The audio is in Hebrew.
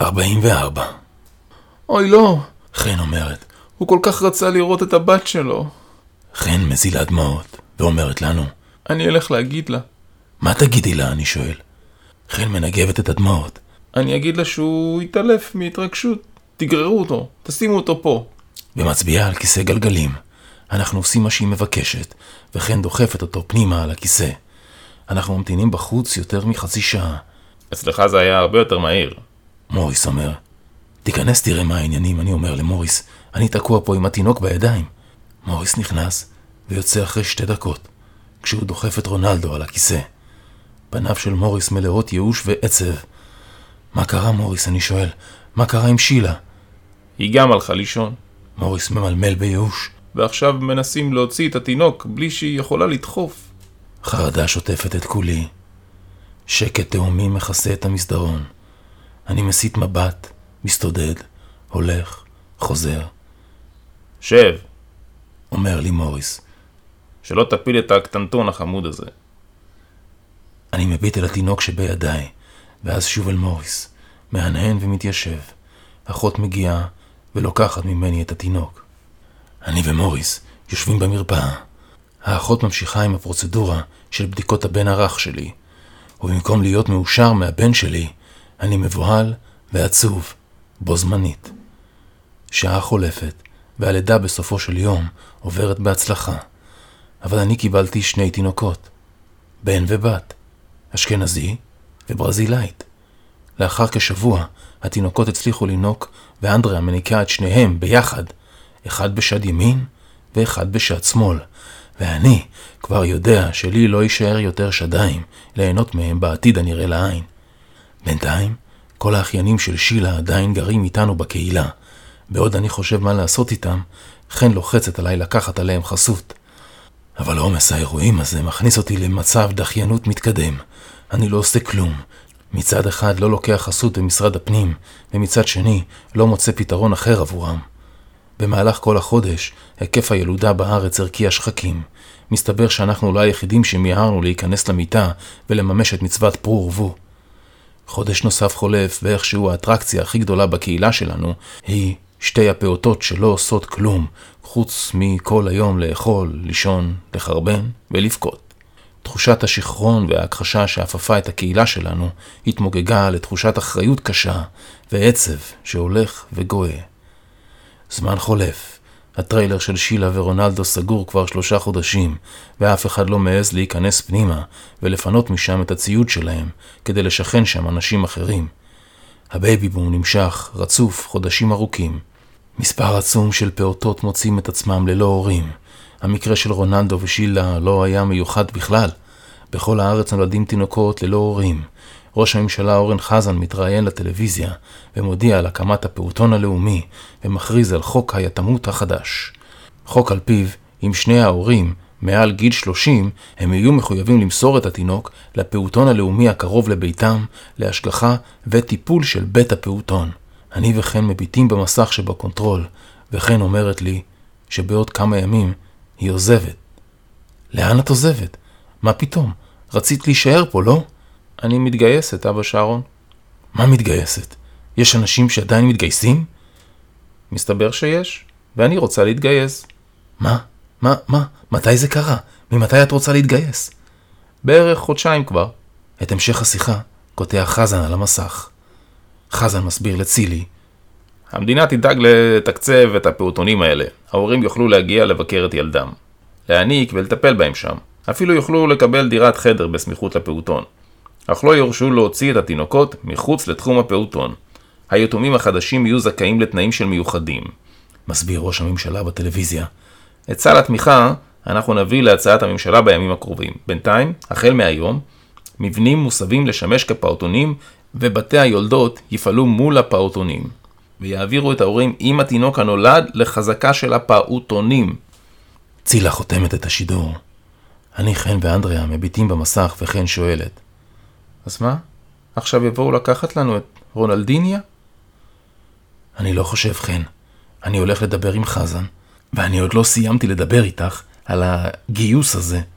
44. אוי לא, חן אומרת. הוא כל כך רצה לראות את הבת שלו. חן מזילה דמעות ואומרת לנו. אני אלך להגיד לה. מה תגידי לה? אני שואל. חן מנגבת את הדמעות. אני אגיד לה שהוא יתעלף מהתרגשות. תגררו אותו, תשימו אותו פה. ומצביעה על כיסא גלגלים. אנחנו עושים מה שהיא מבקשת, וחן דוחפת אותו פנימה על הכיסא. אנחנו ממתינים בחוץ יותר מחצי שעה. אצלך זה היה הרבה יותר מהיר. מוריס אומר. תיכנס תראה מה העניינים. אני אומר למוריס, אני תקוע פה עם התינוק בידיים. מוריס נכנס ויוצא אחרי 2 דקות, כשהוא דוחף את רונלדו על הכיסא. פניו של מוריס מלאות ייאוש ועצב. מה קרה מוריס? אני שואל. מה קרה עם שילה? היא גם הלכה לישון. מוריס ממלמל בייאוש. ועכשיו מנסים להוציא את התינוק בלי שהיא יכולה לדחוף. חרדה שוטפת את כולי. שקט תאומי מכסה את המסדרון. אני מסיט מבט, מסתודד, הולך, חוזר. שב, אומר לי מוריס. שלא תפיל את הקטנטון החמוד הזה. אני מביט אל התינוק שבידיי, ואז שוב אל מוריס, מהנהן ומתיישב. אחות מגיעה ולוקחת ממני את התינוק. אני ומוריס יושבים במרפאה. האחות ממשיכה עם הפרוצדורה של בדיקות הבן הרך שלי, ובמקום להיות מאושר מהבן שלי, אני מבוהל ועצוב בו זמנית. שעה חולפת, והלידה בסופו של יום עוברת בהצלחה. אבל אני קיבלתי 2 תינוקות, בן ובת, אשכנזי וברזילאית. לאחר כשבוע, התינוקות הצליחו לינוק, ואנדריה מניקה את שניהם ביחד, אחד בשד ימין ואחד בשד שמאל. ואני כבר יודע שלי לא יישאר יותר שדיים ליהנות מהם בעתיד הנראה לעין. בינתיים, כל האחיינים של שילה עדיין גרים איתנו בקהילה. בעוד אני חושב מה לעשות איתם, חן לוחצת עליי לקחת עליהם חסות. אבל עומס האירועים הזה מכניס אותי למצב דחיינות מתקדם. אני לא עושה כלום. מצד אחד לא לוקח חסות במשרד הפנים, ומצד שני לא מוצא פתרון אחר עבורם. במהלך כל החודש, היקף הילודה בארץ הרקיע שחקים. מסתבר שאנחנו לא היחידים שמיהרנו להיכנס למיטה ולממש את מצוות פרו ורבו. חודש נוסף חולף, ואיכשהו האטרקציה הכי גדולה בקהילה שלנו היא 2 הפעוטות שלא עושות כלום, חוץ מכל היום לאכול, לישון, לחרבן ולבכות. תחושת השכרון וההכחשה שאפפה את הקהילה שלנו התמוגגה לתחושת אחריות קשה ועצב שהולך וגואה. זמן חולף. הטריילר של שילה ורונלדו סגור כבר 3 חודשים, ואף אחד לא מעז להיכנס פנימה ולפנות משם את הציוד שלהם כדי לשכן שם אנשים אחרים. הבייבי בום נמשך, רצוף, חודשים ארוכים. מספר עצום של פעוטות מוצאים את עצמם ללא הורים. המקרה של רונלדו ושילה לא היה מיוחד בכלל. בכל הארץ נולדים תינוקות ללא הורים. ראש הממשלה אורן חזן מתראיין לטלוויזיה ומודיע על הקמת הפעוטון הלאומי ומכריז על חוק היתמות החדש. חוק על פיו, אם 2 ההורים מעל גיל 30 הם יהיו מחויבים למסור את התינוק לפעוטון הלאומי הקרוב לביתם, להשגחה וטיפול של בית הפעוטון. אני וחן מביטים במסך שבקונטרול, וחן אומרת לי שבעוד כמה ימים היא עוזבת. לאן את עוזבת? מה פתאום? רצית להישאר פה, לא? אני מתגייסת, אבא שרון. מה מתגייסת? יש אנשים שעדיין מתגייסים? מסתבר שיש, ואני רוצה להתגייס. מה? מתי זה קרה? ממתי את רוצה להתגייס? בערך 2 חודשים כבר. את המשך השיחה קוטע חזן על המסך. חזן מסביר לצילי. המדינה תדאג לתקצב את הפעוטונים האלה. ההורים יוכלו להגיע לבקר את ילדם, להעניק ולטפל בהם שם. אפילו יוכלו לקבל דירת חדר בסמיכות לפעוטון. אך לא יורשו להוציא את התינוקות מחוץ לתחום הפעוטון. היתומים החדשים יהיו זכאים לתנאים של מיוחדים. מסביר ראש הממשלה בטלוויזיה. את סל התמיכה אנחנו נביא להצעת הממשלה בימים הקרובים. בינתיים, החל מהיום, מבנים מוסבים לשמש כפעוטונים, ובתי היולדות יפעלו מול הפעוטונים, ויעבירו את ההורים עם התינוק הנולד לחזקה של הפעוטונים. צילה חותמת את השידור. אני, חן ואנדריה מביטים במסך, וחן שואלת. אז מה? עכשיו יבואו לקחת לנו את רונלדיניה? אני לא חושב, חן. אני הולך לדבר עם חזן, ואני עוד לא סיימתי לדבר איתך על הגיוס הזה.